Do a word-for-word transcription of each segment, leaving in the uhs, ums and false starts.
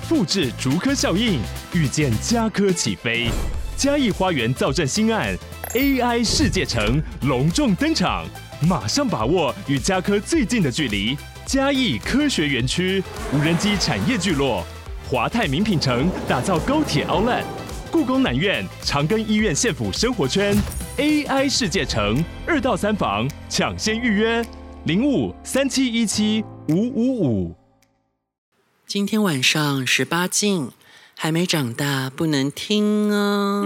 复制竹科效应，预见嘉科起飞。嘉义花园造镇新案 A I 世界城隆重登场，马上把握与嘉科最近的距离。嘉义科学园区无人机产业聚落，华泰名品城打造高铁 Outlet， 故宫南院长庚医院县府生活圈 A I 世界城二到三房抢先预约零五三七一七五五五。 今天晚上十八禁，还没长大不能听哦。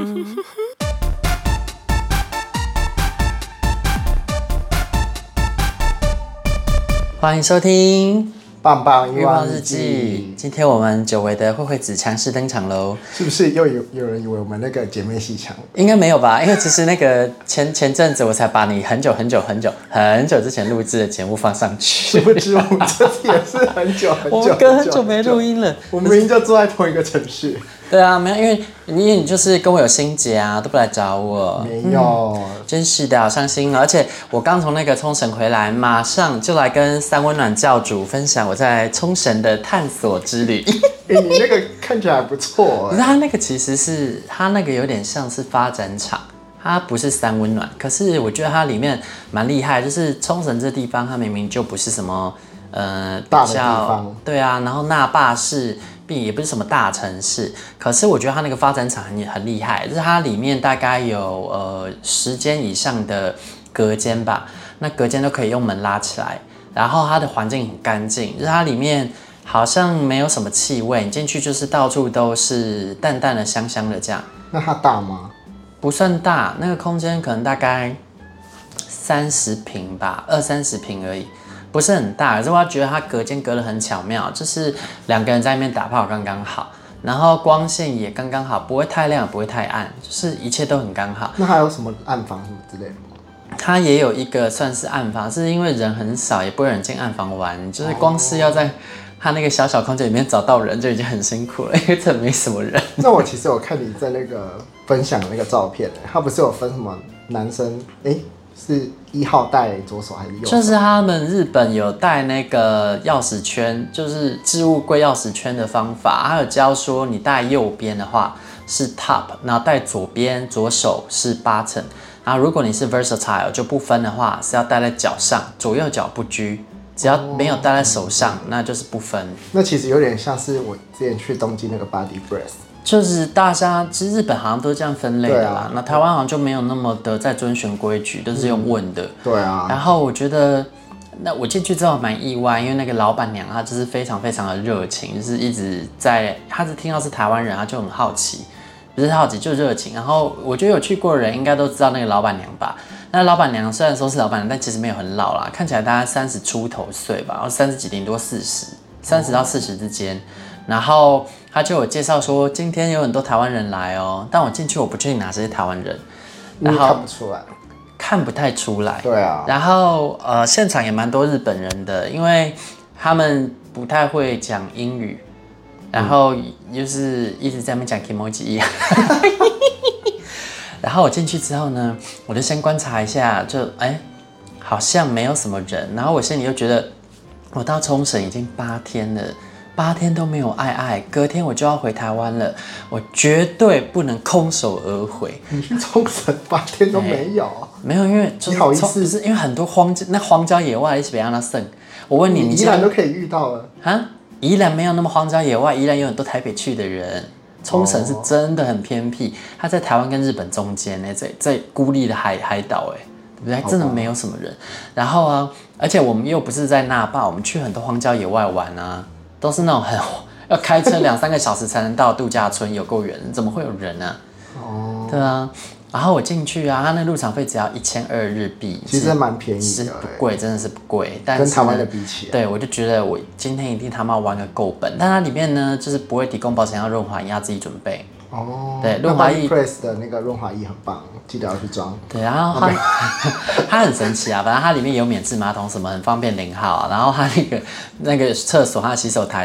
欢迎收听《 棒棒欲望日日记记》。 今天我们久违的慧慧子强势登场喽！ 是不是又有有人以为我们那个姐妹戏强？ 应该没有吧？因为其实那个前前阵子我才把你很久很久很久很久之前录制的节目放上去。 殊不知我们这次也是很久很久我们隔很久没录音了。 我们明明就住在同一个城市。 对啊，没有，因为因为你就是跟我有心结啊，都不来找我。 没有、 嗯，真是的，好伤心啊！而且我刚从那个冲绳回来，马上就来跟三温暖教主分享我在冲绳的探索之旅。 哎、欸，你那个看起来还不错。 可是他那个其实是他那个有点像是发展场，它不是三温暖。可是我觉得它里面蛮厉害，就是冲绳这地方，它明明就不是什么呃比较大的地方， 对啊，然后那霸是。并也不是什么大城市，可是我觉得它那个发展场很很厉害，就是它里面大概有呃十间以上的隔间吧，那隔间都可以用门拉起来，然后它的环境很干净，就是它里面好像没有什么气味，你进去就是到处都是淡淡的香香的这样。 那它大吗？ 不算大，那个空间可能大概三十平吧，二三十平而已。不是很大，可是我觉得它隔间隔得很巧妙，就是两个人在那边打炮刚刚好，然后光线也刚刚好，不会太亮，不会太暗，就是一切都很刚好。 那还有什么暗房什么之类的吗？ 它也有一个算是暗房，是因为人很少，也不会有人进暗房玩，就是光是要在它那个小小空间里面找到人就已经很辛苦了，因为这没什么人。 那我其实有看你在那个分享的那个照片，它不是有分什么男生哎？欸是一号带左手还是右手？ 就是他们日本有带那个钥匙圈，就是置物柜钥匙圈的方法。还有教说你带右边的话是 top， 然后带左边左手是 bottom。然后如果你是 versatile 就不分的话，是要带在脚上，左右脚不拘。只要没有带在手上，哦、那就是不分。 那其实有点像是我之前去东京那个 body breath。 就是大家其实日本好像都这样分类的啦， 啊、 那台湾好像就没有那么的在遵循规矩，都是用问的、嗯。 对啊。然后我觉得，那我进去之后蛮意外，因为那个老板娘她就是非常非常的热情，就是一直在，她是听到是台湾人，她就很好奇，不是好奇就热情。然后我觉得有去过的人应该都知道那个老板娘吧。那老板娘虽然说是老板娘，但其实没有很老啦，看起来大概三十出头岁吧，然后三十几顶多四十，三十到四十之间。然后他就有介绍说，今天有很多台湾人来哦，但我进去我不确定哪些是台湾人， 然后看不出来， 看不太出来。 对啊。 然后呃，现场也蛮多日本人的，因为他们不太会讲英语，然后就是一直在那边讲 kimoji。然后我进去之后呢，我就先观察一下，就哎，好像没有什么人。然后我心里就觉得，我到冲绳已经八天了。八天都没有爱爱，隔天我就要回台湾了，我绝对不能空手而回。 你去冲绳八天都没有？ 没有，因为就是你好意思， 不是因为很多荒那荒郊野外一起别让他剩。我问你， 你宜兰都可以遇到了啊？宜兰没有那么荒郊野外，宜兰有很多台北去的人。冲绳是真的很偏僻，它在台湾跟日本中间呢，在在孤立的海海岛哎，对不对？真的没有什么人。然后啊，而且我们又不是在那霸，我们去很多荒郊野外玩啊。都是那种很要开车两三个小时才能到度假村，有够远，怎么会有人啊？哦，对啊。然后我进去啊，他那入场费只要一千二日币， 其实蛮便宜的， 是不贵，真的是不贵。但是跟台湾的比起来， 对我就觉得我今天一定他妈玩个够本。但它里面呢，就是不会提供保险套、润滑液，要自己准备。哦，对，润滑液 Press 的那个润滑液很棒，记得要去装。 对，然后它它很神奇啊，反正它里面有免治马桶，什么很方便零号啊。然后它那个那个厕所，它的洗手台就是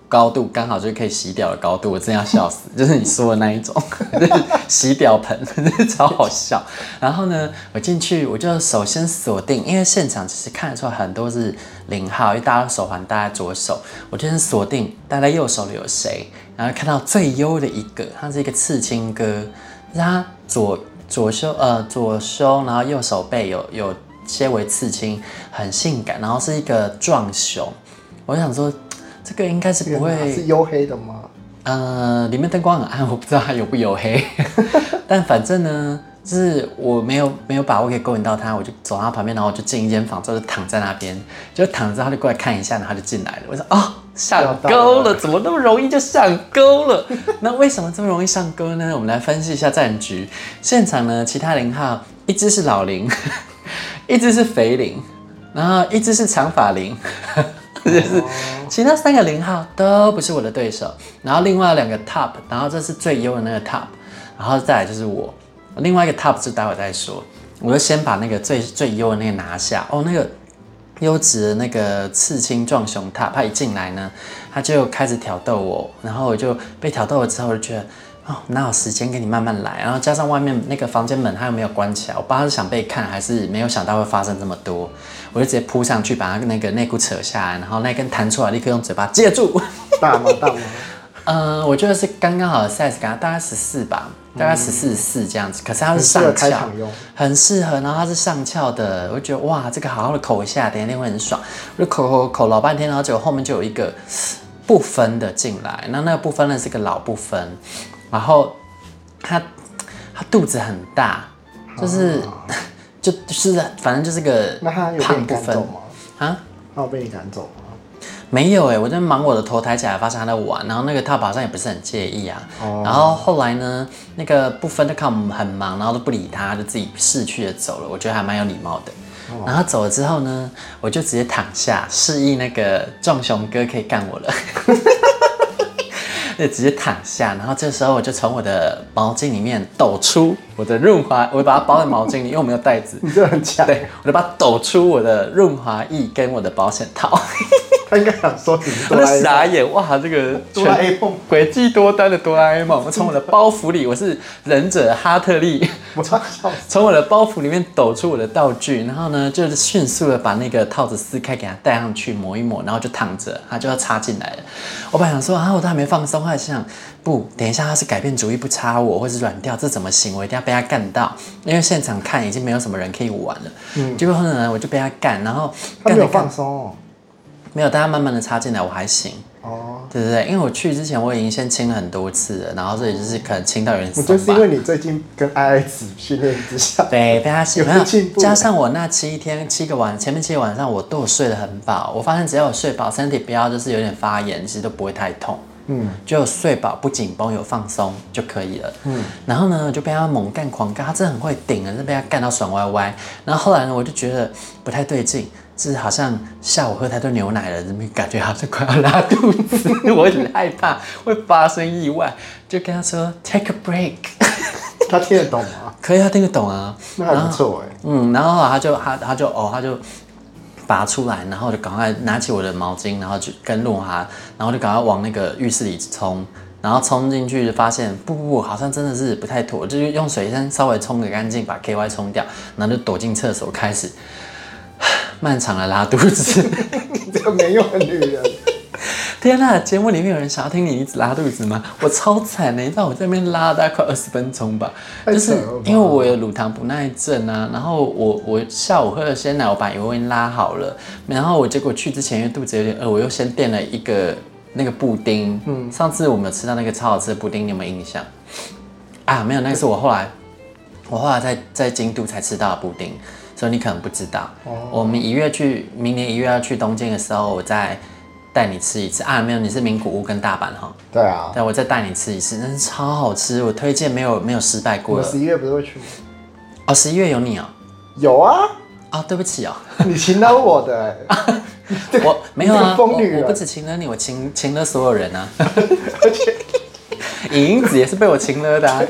高度刚好就可以洗屌的高度，我真的要笑死，就是你说的那一种，就是洗屌盆，超好笑。然后呢，我进去我就首先锁定，因为现场其实看得出来很多是零号，因为大家手环戴在左手，我就先锁定戴在右手的有谁，然后看到最优的一个，他是一个刺青哥，他左左胸呃左胸，然后右手背有有些微刺青，很性感，然后是一个壮熊，我就想说。这个应该是不会是黝黑的吗？ 呃，里面灯光很暗，我不知道它黝不黝黑，但反正呢，就是我没有没有把握可以勾引到他，我就走到他旁边，然后我就进一间房之后就躺在那边，就躺着之后他就过来看一下，然后他就进来了。我说哦，上钩了，怎么那么容易就上钩了？那为什么这么容易上钩呢？我们来分析一下战局。现场呢，其他零号，一只是老零，一只是肥零，然后一只是长发零。就是其他三个零号都不是我的对手，然后另外两个 top， 然后这是最优的那个 top， 然后再来就是我，另外一个 top 就待会再说，我就先把那个最最优的那个拿下。哦，那个优质的那个刺青壮熊 top， 他一进来呢，他就开始挑逗我，然后我就被挑逗了之后，我就觉得。哦，哪有时间跟你慢慢来？然后加上外面那个房间门他又没有关起来，我不知道他是想被看还是没有想到会发生这么多，我就直接扑上去把他那个内裤扯下来，然后那根弹出来，立刻用嘴巴接住。 大吗？大吗？ 嗯，我觉得是刚刚好的 size， 给他大概十四吧，大概十四四这样子。可是它是上翘，很适合。然后它是上翘的，我就觉得哇，这个好好的口一下，等一下会很爽。我就口口口老半天，然后结果后面就有一个不分的进来，那那个不分的是个老不分。然后他他肚子很大，就是、啊、就就是反正就是个那他有被你赶走吗？ 啊， 他有被你赶走吗？ 没有哎、欸，我在忙我的头抬起来，发现他在玩，然后那个他好像也不是很介意啊。哦、然后后来呢，那个不分就看我们很忙，然后都不理他，就自己逝去的走了。我觉得还蛮有礼貌的。哦、然后走了之后呢，我就直接躺下，示意那个壮熊哥可以干我了。就直接躺下，然后这时候我就从我的毛巾里面抖出我的润滑，我把它包在毛巾里，因为我没有袋子。 你这很强。 对，我就把它抖出我的润滑液跟我的保险套。 他应该想说你是哆啦 A 梦。我就傻眼，哇，这个哆啦 A 梦， 诡计多端的哆啦 A 梦。我从我的包袱里，我是忍者哈特利， 我从我的包袱里面抖出我的道具，然后呢，就是迅速的把那个套子撕开，给它戴上去，抹一抹，然后就躺着，它就要插进来了。我本来想说啊，我都还没放松，后来想不，等一下他是改变主意不插我，或是软掉，这怎么行？我一定要被他干到，因为现场看已经没有什么人可以玩了。嗯，结果后呢，我就被他干，然后他没有放松哦。 没有，但他慢慢的插进来，我还行。 哦， 对对对，因为我去之前我已经先亲了很多次了，然后这里就是可能亲到有点松吧。 我觉得是因为你最近跟爱爱子训练之下， 对，被他洗， 有进步。 加上我那七天七个晚，前面七个晚上我都有睡得很饱，我发现只要有睡饱，身体不要就是有点发炎，其实都不会太痛。嗯，就有睡饱不紧绷有放松就可以了。嗯，然后呢就被他猛干狂干，他真的很会顶啊，就被他干到爽歪歪。然后后来呢我就觉得不太对劲。是好像下午喝太多牛奶了，怎么感觉好像快要拉肚子？我很害怕会发生意外，就跟他说 take a break。 他听得懂吗？ 可以，他听得懂啊。 那还不错哎。 嗯，然后他就他他就哦他就拔出来，然后就赶快拿起我的毛巾，然后就跟润滑，然后就赶快往那个浴室里冲。然后冲进去就发现不不不，好像真的是不太妥，就是用水先稍微冲个干净，把 K Y 冲掉，然后就躲进厕所开始。漫长的拉肚子， 这个没用的女人。 天哪！节目里面有人想要听你一直拉肚子吗？我超惨的，你知道我在那边拉大概快二十分钟吧，就是因为我有乳糖不耐症啊，然后我我下午喝了鲜奶，我把以为我已经拉好了，然后我结果去之前因为肚子有点饿，我又先垫了一个那个布丁。嗯，上次我们有吃到那个超好吃的布丁，你有没有印象？啊，没有，那个是我后来我后来在在京都才吃到的布丁。所以你可能不知道，哦、我们一月去，明年一月要去东京的时候，我再带你吃一次啊。没有，你是名古屋跟大阪哈。 对啊。 对，我再带你吃一次，真是超好吃，我推荐，没有没有失败过。 我十一月不是会去吗？ 哦，十一月有你哦。 有啊。 啊、哦，对不起哦。 你请了我的、 欸。我没有啊，我, 我不止请了你，我请请了所有人啊。而且，影子也是被我请了的、啊。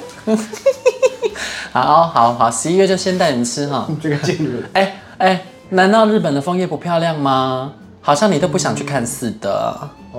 好好好，十一月就先带你吃哈。 这个贱人。 哎哎，难道日本的枫叶不漂亮吗？好像你都不想去看似的。 哦，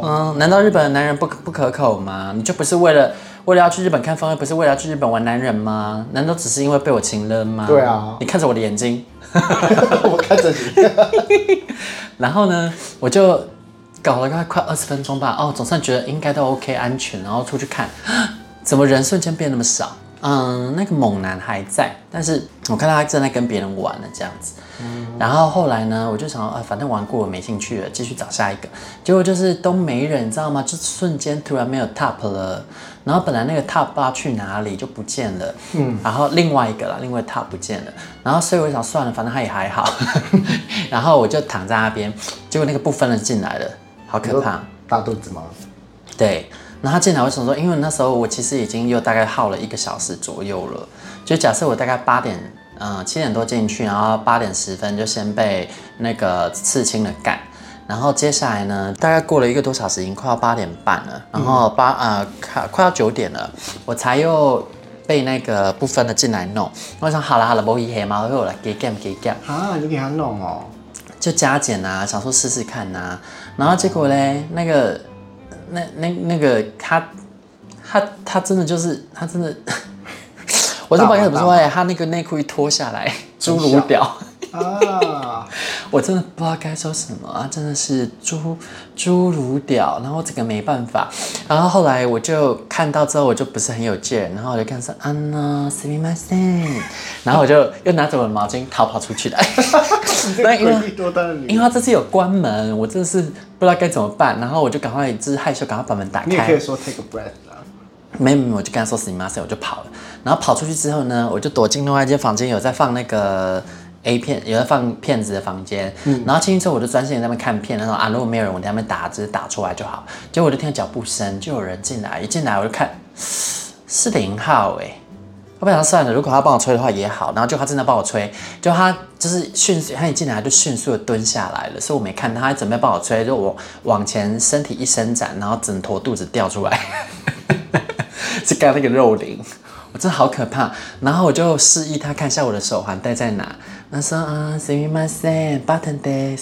嗯，难道日本的男人不不可口吗？你就不是为了为了要去日本看风，不是为了要去日本玩男人吗？难道只是因为被我情了吗？ 对啊， 你看着我的眼睛， 我看着你。 然后呢，我就搞了大概快二十分钟吧。哦，总算觉得应该都 OK 安全，然后出去看，怎么人瞬间变那么少？嗯，那个猛男还在，但是我看到他正在跟别人玩了这样子。嗯、然后后来呢，我就想说，啊，反正玩过我没兴趣了，继续找下一个。结果就是都没人，你知道吗？就瞬间突然没有 top 了。然后本来那个 top 不知道去哪里就不见了。嗯。然后另外一个啦，另外 top 不见了。然后所以我想算了，反正他也还好。然后我就躺在那边，结果那个不分的进来了，好可怕。 大肚子吗？ 对。然后他进来，我想说，因为那时候我其实已经又大概耗了一个小时左右了。就假设我大概八点，嗯，七点多进去，然后八点十分就先被那个刺青的干，然后接下来呢，大概过了一个多小时，已经快要八点半了，然后八呃快快要九点了，我才又被那个不分的进来弄。我想好了好了，不一黑嘛，我来给 game 给 game 啊，你给他弄哦， 就加减啊，想说试试看啊，然后结果嘞，那个。那那那个他他他真的就是他真的，我真不知道该怎么说哎，他那个内裤一脱下来，侏儒屌啊！我真的不知道该说什么啊，真的是侏侏儒屌，然后这个没办法，然后后来我就看到之后我就不是很有劲，然后我就看说啊 no， すみません，然后我就又拿着我的毛巾逃跑出去了。 那因为因为他这次有关门，我真的是不知道该怎么办，然后我就赶快就是害羞，赶快把门打开。 你也可以说 take a breath 啊。 没没没，我就跟他说すみません，我就跑了。然后跑出去之后呢，我就躲进另外一间房间，有在放那个 A 片，有在放片子的房间。嗯、然后进去之后，我就专心在那边看片，然后啊，如果没有人，我在那边打，只是打出来就好。结果我就听到脚步声，就有人进来，一进来我就看是零号哎、欸。我本来算了，如果他帮我吹的话也好，然后就他真的帮我吹，就他就是迅速，他一进来就迅速的蹲下来了，所以我没看到，他准备帮我吹，就我往前身体一伸展，然后整坨肚子掉出来，是刚那个肉灵，我真的好可怕。然后我就示意他看一下我的手环戴在哪，他说啊，すみません、buttonです。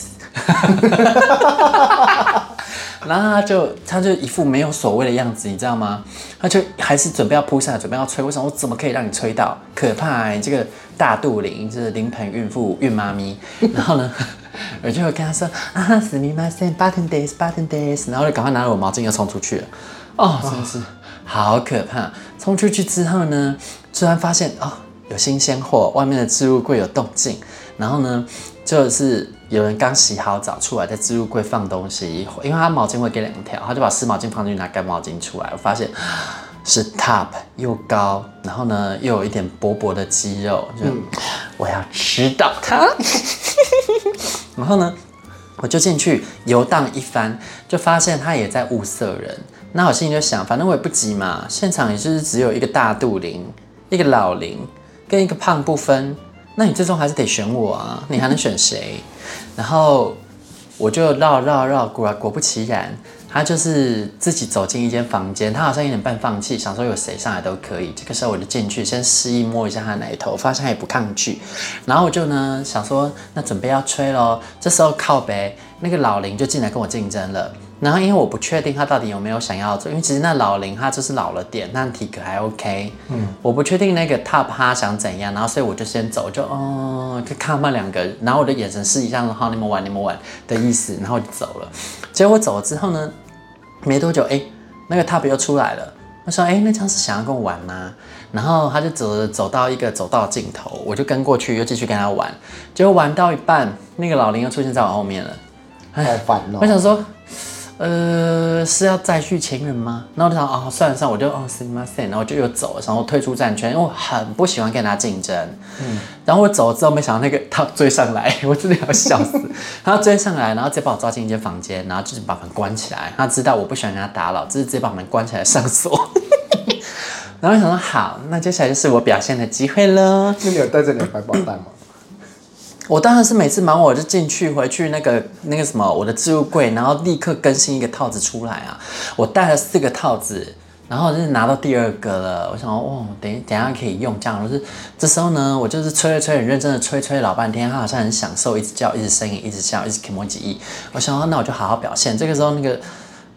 然后他就他就一副没有所谓的样子，你知道吗？他就还是准备要扑上来，准备要吹。我想我怎么可以让你吹到？可怕哎、欸！这个大肚龄就是临盆孕妇、孕妈咪。然后呢，我就跟他说啊，すみません、buttonです、buttonです。然后就赶快拿着我毛巾又冲出去了。哦，真的是好可怕！冲出去之后呢，突然发现哦，有新鲜货，外面的置物柜有动静。然后呢，就是有人刚洗好澡出来，在置物柜放东西，因为他毛巾会给两条，他就把湿毛巾放进去，拿干毛巾出来，我发现是 top 又高，然后呢又有一点薄薄的肌肉，就、嗯、我要吃到它。然后呢，我就进去游荡一番，就发现他也在物色人。那我心里就想，反正我也不急嘛，现场也就是只有一个大肚龄、一个老龄跟一个胖不分。那你最终还是得选我啊，你还能选谁？然后我就绕绕绕，果然果不其然，他就是自己走进一间房间，他好像有点半放弃，想说有谁上来都可以。这个时候我就进去，先示意摸一下他的奶头，发现他也不抗拒。然后我就呢想说，那准备要吹咯。这时候靠北那个老林就进来跟我竞争了。然后因为我不确定他到底有没有想要做，因为其实那老龄他就是老了点，但体格还 OK。嗯，我不确定那个 top 他想怎样，然后所以我就先走，就哦，就看他们两个，然后我的眼神示意像好你们玩你们玩的意思，然后我就走了。结果我走了之后呢，没多久，哎，那个 top 又出来了。我说，哎，那这样是想要跟我玩吗？然后他就走走到一个走道尽头，我就跟过去，又继续跟他玩。结果玩到一半，那个老龄又出现在我后面了。 好烦哦！ 我想说。呃，是要再续前缘吗？然后我就想，哦，算了算了，我就哦，すみません，然後我就又走了，然后退出战圈，因为我很不喜欢跟他竞争。嗯，然后我走了之后，没想到那个他追上来，我真的要笑死。他追上来，然后直接把我抓进一间房间，然后就是把门关起来。他知道我不喜欢跟他打扰，就是直接把门关起来上锁。然后我想说，好，那接下来就是我表现的机会了。 那你有带着你的百宝袋吗？ 我当然是每次忙我就进去回去那个那个什么我的置物柜，然后立刻更新一个套子出来啊！我带了四个套子，然后就是拿到第二个了。我想说，哦，等等一下可以用这样。就是这时候呢，我就是吹了吹，很认真的吹吹了老半天，他好像很享受，一直叫，一直呻吟，一直笑，一直 kimoji。我想说，那我就好好表现。这个时候那个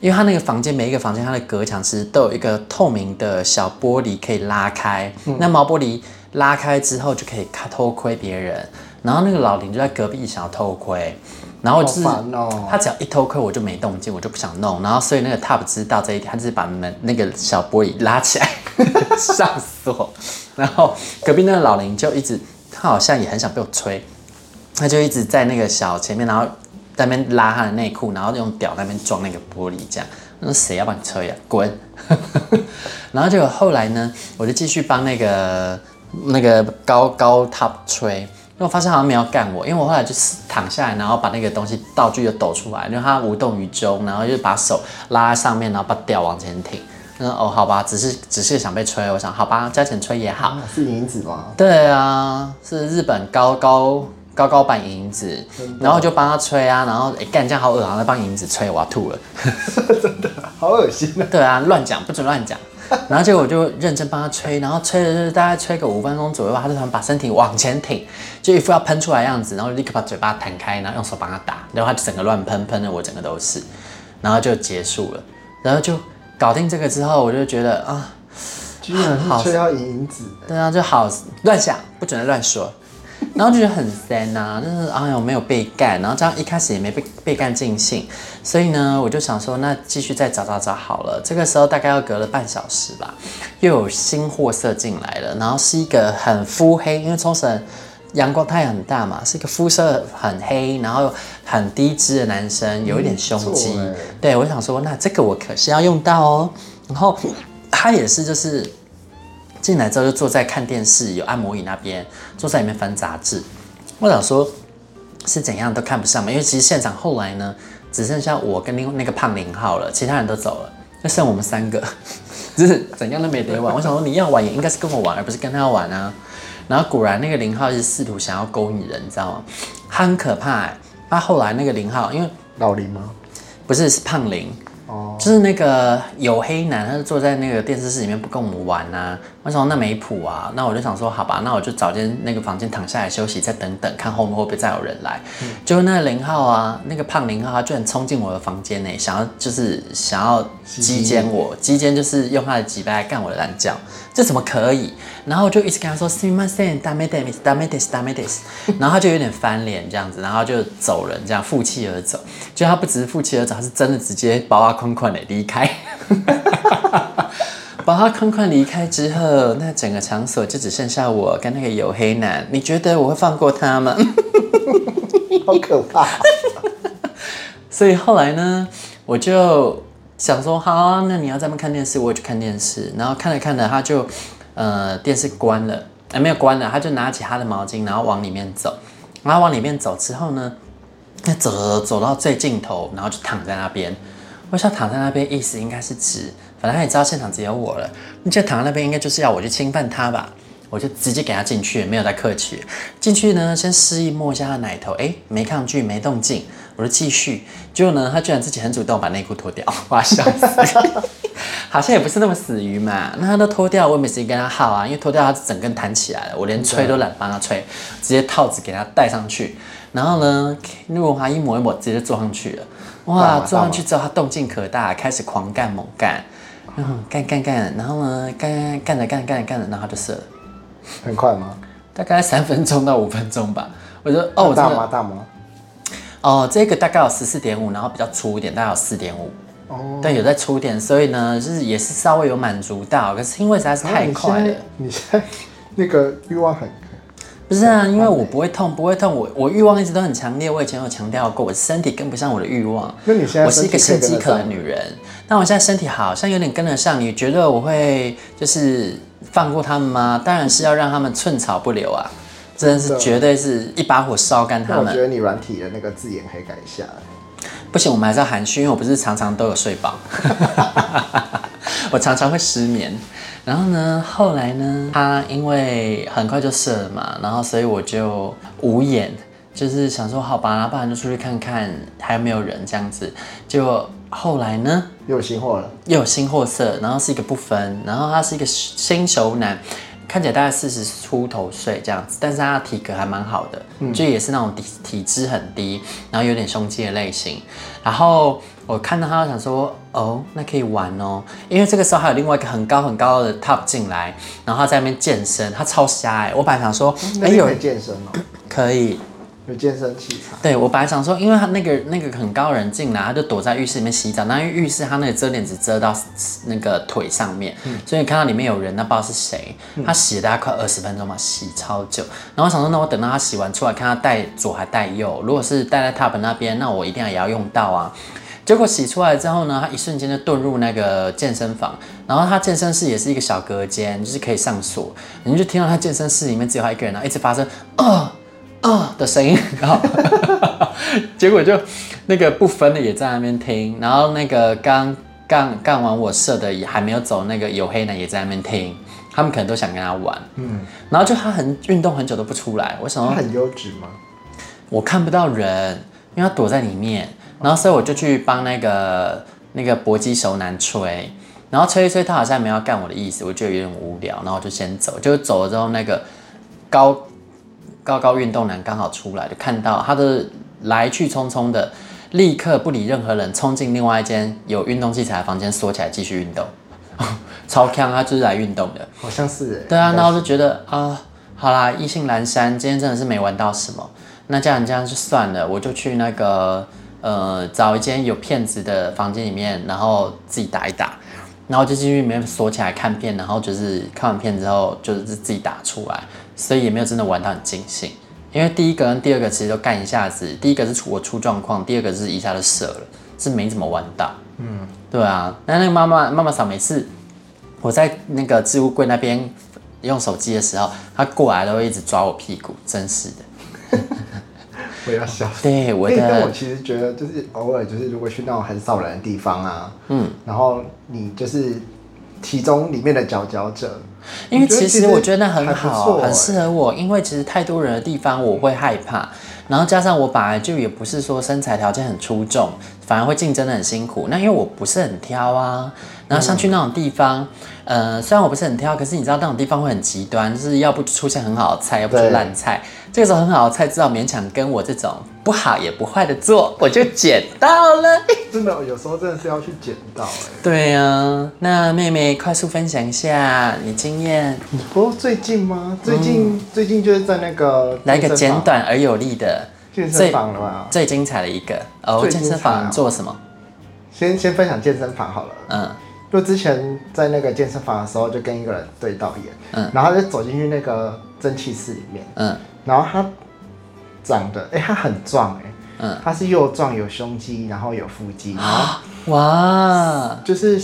因为它那个房间每一个房间它的隔墙其实都有一个透明的小玻璃可以拉开，嗯、那毛玻璃拉开之后就可以偷窥别人。然后那个老林就在隔壁想要偷窥，然后就是、 哦、 他只要一偷窥我就没动静，我就不想弄。然后所以那个 Top 知道这一点，他就是把门那个小玻璃拉起来上锁。然后隔壁那个老林就一直，他好像也很想被我吹，他就一直在那个小前面，然后在那边拉他的内裤，然后用屌在那边撞那个玻璃这样。我说谁要帮你吹啊？滚！然后结果后来呢，我就继续帮那个那个高高 Top 吹。因为我发现好像没有干我，因为我后来就是躺下来，然后把那个东西道具就抖出来，因为他无动于衷，然后就把手拉在上面，然后把屌往前挺。嗯哦，好吧，只是只是想被吹，我想好吧，加钱吹也好。 啊、是银子吗？ 对啊，是日本高高高高版银子，然后就帮他吹啊，然后哎干、欸、这样好恶心，在帮银子吹，我要吐了。 真的好恶心啊！ 对啊，乱讲不准乱讲。然后结果我就认真帮他吹，然后吹了大概吹个五分钟左右吧，他就突然把身体往前挺，就一副要喷出来的样子，然后立刻把嘴巴弹开，然后用手帮他打，然后他就整个乱喷，喷的我整个都是，然后就结束了，然后就搞定这个之后，我就觉得啊， 居然是吹到银子， 对啊，就好乱想，不准乱说。然后就觉得很sad啊，就是哎呦没有被干，然后这样一开始也没被被干尽兴，所以呢，我就想说那继续再找找找好了。这个时候大概要隔了半小时吧，又有新货色进来了，然后是一个很肤黑，因为冲绳阳光太阳很大嘛，是一个肤色很黑，然后很低脂的男生，有一点胸肌。嗯、对，我想说那这个我可是要用到哦。然后他也是就是。进来之后就坐在看电视，有按摩椅那边，坐在里面翻杂志。我想说，是怎样都看不上嘛，因为其实现场后来呢，只剩下我跟另那个胖零号了，其他人都走了，就剩我们三个，就是怎样都没得玩。我想说，你要玩也应该是跟我玩，而不是跟他玩啊。然后果然那个零号是试图想要勾引人，你知道吗？他很可怕、欸。他后来那个零号，因为老零吗？ 不是，是胖零。就是那个黝黑男，他就坐在那个电视室里面不跟我们玩啊。我想说那没谱啊，那我就想说好吧，那我就找间那个房间躺下来休息，再等等看后面会不会再有人来。嗯、结果那个零号啊，那个胖零号，他居然冲进我的房间内，想要就是想要击奸我，击奸就是用他的脊背来干我的懒觉，这怎么可以？然后我就一直跟他说すみません、ダメです、ダメです、ダメです，然后他就有点翻脸这样子，然后就走人，这样负气而走。就他不只是负气而走，他是真的直接把我款款的离开。把他款款离开之后，那整个场所就只剩下我跟那个黝黑男。你觉得我会放过他吗？ 好可怕！ 所以后来呢，我就想说，好、啊，那你要在那边看电视，我也去看电视。然后看着看着，他就呃电视关了，哎、欸、没有关了，他就拿起他的毛巾，然后往里面走。然后往里面走之后呢，那走走走到最尽头，然后就躺在那边。我想躺在那边，意思应该是指，反正他也知道现场只有我了，你就躺在那边，应该就是要我去侵犯他吧。我就直接给他进去，没有再客气。进去呢，先示意摸一下他的奶头，哎，没抗拒，没动静，我就继续。结果呢，他居然自己很主动把内裤脱掉，我要笑死。好像也不是那么死鱼嘛，那他都脱掉，我也没时间跟他耗啊，因为脱掉他整根弹起来了，我连吹都懒帮他吹，直接套子给他戴上去。然后呢，润滑液抹一抹，直接坐上去了。哇，坐上去之后，他动静可大，开始狂干猛干，嗯，干干干，然后呢，干干着干着干着干着，然后他就射了。 很快吗？ 大概三分钟到五分钟吧。我觉得哦，我大吗？大吗？ 哦，这个大概有十四点五，然后比较粗一点，大概有四点五。哦，对，有在粗一点，所以呢，就是也是稍微有满足到，可是因为实在是太快了。 你现在那个欲望很。 不是啊，因为我不会痛，不会痛，我我欲望一直都很强烈。我以前有强调过，我身体跟不上我的欲望。 那你现在我是一个性饥渴的女人，但我现在身体好像有点跟得上。你觉得我会就是放过他们吗？当然是要让他们寸草不留啊！真的是绝对是一把火烧干他们。 我觉得你软体的那个字眼可以改一下。 不行，我们还是要含蓄，因为我不是常常都有睡饱，我常常会失眠。然后呢，后来呢，他因为很快就射了嘛，然后所以我就无言，就是想说好吧，不然就出去看看还有没有人这样子。结果后来呢， 又有新货了， 又有新货色，然后是一个不分，然后他是一个新手男，看起来大概四十出头岁这样子，但是他的体格还蛮好的，嗯、就也是那种体体脂很低，然后有点胸肌的类型。然后我看到他，想说哦，那可以玩哦，因为这个时候还有另外一个很高很高的 top 进来，然后他在那边健身，他超瞎哎、欸！我本来想说，哎、 欸、有人健身哦， 可以。 有健身器材。 对，我本来想说，因为他那个那个很高的人进来，他就躲在浴室里面洗澡。那因为浴室他那个遮帘只遮到那个腿上面，嗯、所以你看到里面有人，那不知道是谁。嗯、他洗了大概快二十分钟嘛，洗超久。然后我想说，那我等到他洗完出来，看他带左还带右。如果是带在 top 那边，那我一定也要用到啊。结果洗出来之后呢，他一瞬间就遁入那个健身房，然后他健身室也是一个小隔间，就是可以上锁。你就听到他健身室里面只有他一个人，然后一直发生啊。啊的声音，然后结果就那个不分的也在那边听，然后那个刚干干完我射的也还没有走，那个黝黑男也在那边听，他们可能都想跟他玩，嗯，然后就他很运动很久都不出来，我想说他很优质吗？ 我看不到人，因为他躲在里面，然后所以我就去帮那个那个搏击熟男吹，然后吹一吹，他好像没有要干我的意思，我觉得有点无聊，然后我就先走，就走了之后那个高。高高运动男刚好出来，就看到他的来去匆匆的，立刻不理任何人，冲进另外一间有运动器材的房间，锁起来继续运动，超强，他就是来运动的， 好像是哎。 对啊，然后我就觉得啊、呃，好啦，意兴阑珊，今天真的是没玩到什么，那这样这样就算了，我就去那个呃找一间有骗子的房间里面，然后自己打一打。然后就进去里面锁起来看片，然后就是看完片之后就是自己打出来，所以也没有真的玩到很尽兴。因为第一个跟第二个其实都干一下子，第一个是我出状况，第二个是一下就射了，是没怎么玩到。嗯，对啊。那那个妈妈妈妈嫂每次我在那个置物柜那边用手机的时候，她过来都会一直抓我屁股，真是的。 我要笑。 对，我的。 但我其实觉得，就是偶尔就是如果去那种很少人的地方啊，嗯，然后你就是其中里面的佼佼者， 因为其实我觉得那很好， 欸、 很适合我。因为其实太多人的地方我会害怕，然后加上我本来就也不是说身材条件很出众，反而会竞争的很辛苦。那因为我不是很挑啊，然后像去那种地方，嗯、呃，虽然我不是很挑，可是你知道那种地方会很极端，就是要不出现很好的菜，要不就烂菜。这个时候很好的菜，至少勉强跟我这种不好也不坏的做，我就捡到了。 真的，有时候真的是要去捡到哎、欸。 对啊，那妹妹快速分享一下你经验。 不过最近吗？最近、嗯、最近就是在那个来个简短而有力的健身房了吧？ 最精彩的一个哦，健身房做什么？ 先先分享健身房好了。嗯。就之前在那个健身房的时候，就跟一个人对到眼，嗯，然后他就走进去那个蒸汽室里面，嗯，然后他长得，哎、欸，他很壮，哎，嗯，他是又壮有胸肌，然后有腹肌，然后哇，就是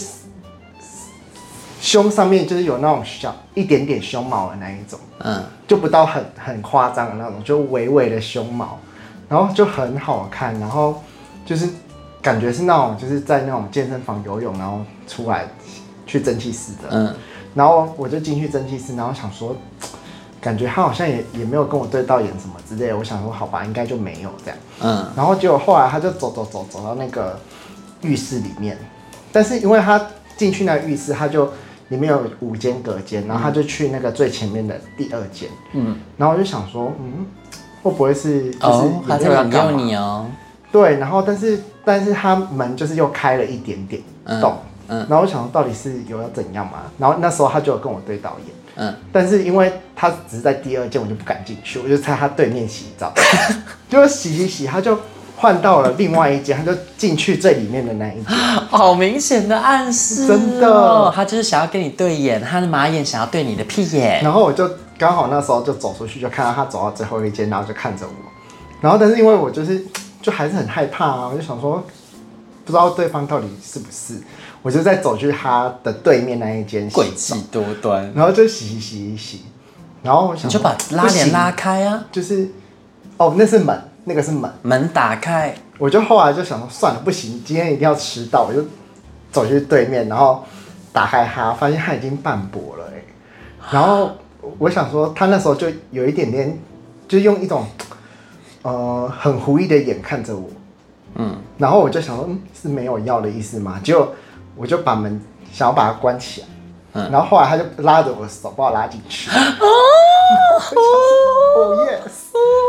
胸上面就是有那种小一点点胸毛的那一种，嗯，就不到很很夸张的那种，就微微的胸毛，然后就很好看，然后就是感觉是那种就是在那种健身房游泳，然后出来去蒸汽室的，嗯，然后我就进去蒸汽室，然后想说，感觉他好像也也没有跟我对到眼什么之类的，我想说好吧，应该就没有这样，嗯，然后结果后来他就走走走走到那个浴室里面，但是因为他进去那个浴室，他就里面有五间隔间，然后他就去那个最前面的第二间，嗯，然后我就想说，嗯，会不会是就是哦，他特别要你哦。 对，然后但是但是他门就是又开了一点点洞，嗯，嗯然后我想说到底是有要怎样嘛？然后那时候他就有跟我对到眼，嗯，但是因为他只是在第二间，我就不敢进去，我就在他对面洗澡，就洗洗洗，他就换到了另外一间，他就进去最里面的那一间， 好明显的暗示、哦， 真的， 他就是想要跟你对眼，他的马眼想要对你的屁眼， 然后我就刚好那时候就走出去，就看到他走到最后一间，然后就看着我，然后但是因为我就是。就还是很害怕啊！我就想说，不知道对方到底是不是，我就再走去他的对面那一间， 诡计多端， 然后就洗洗洗洗，然后我想你就把拉帘拉开啊， 就是哦，那是门，那个是门， 门打开， 我就后来就想说，算了，不行，今天一定要吃到，我就走去对面，然后打开它，发现它已经半薄了哎，然后我想说，他那时候就有一点点，就用一种。呃，很狐疑的眼看着我，嗯，然后我就想说，嗯，是没有要的意思吗？结果我就把门想要把它关起来，嗯，然后后来他就拉着我的手把我拉进去，哦，哦 yes， 终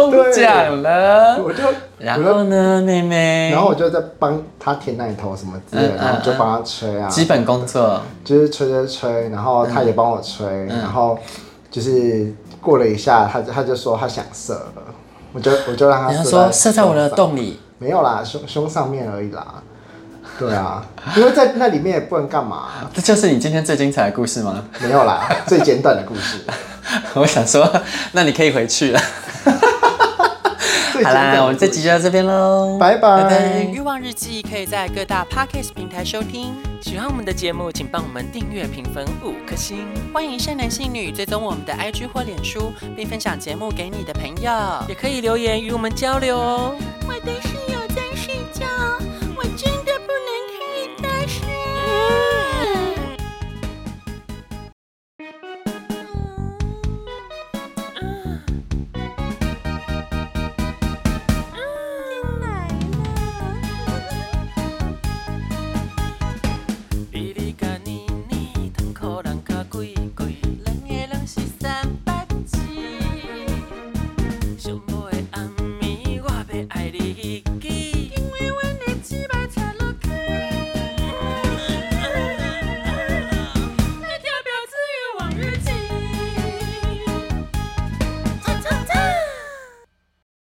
中奖了。 我就然后呢，妹妹？ 然后我就在帮他舔奶头什么之类的，嗯嗯、然后就帮他吹啊。 基本工作就是吹吹吹，然后他也帮我吹，嗯、然后就是过了一下，他他就说他想射了，我就我就让他射。 你说射在我的洞里？ 没有啦，胸胸上面而已啦。对啊，因为在那里面也不能干嘛。 这就是你今天最精彩的故事吗？ 没有啦，最简短的故事。 我想说，那你可以回去了。好啦，我们这集就到这边喽， 拜拜。 拜拜。欲望日记可以在各大 Podcast 平台收听。喜欢我们的节目，请帮我们订阅、评分五颗星。欢迎善男信女追踪我们的 I G 或脸书，并分享节目给你的朋友，也可以留言与我们交流哦。我的心。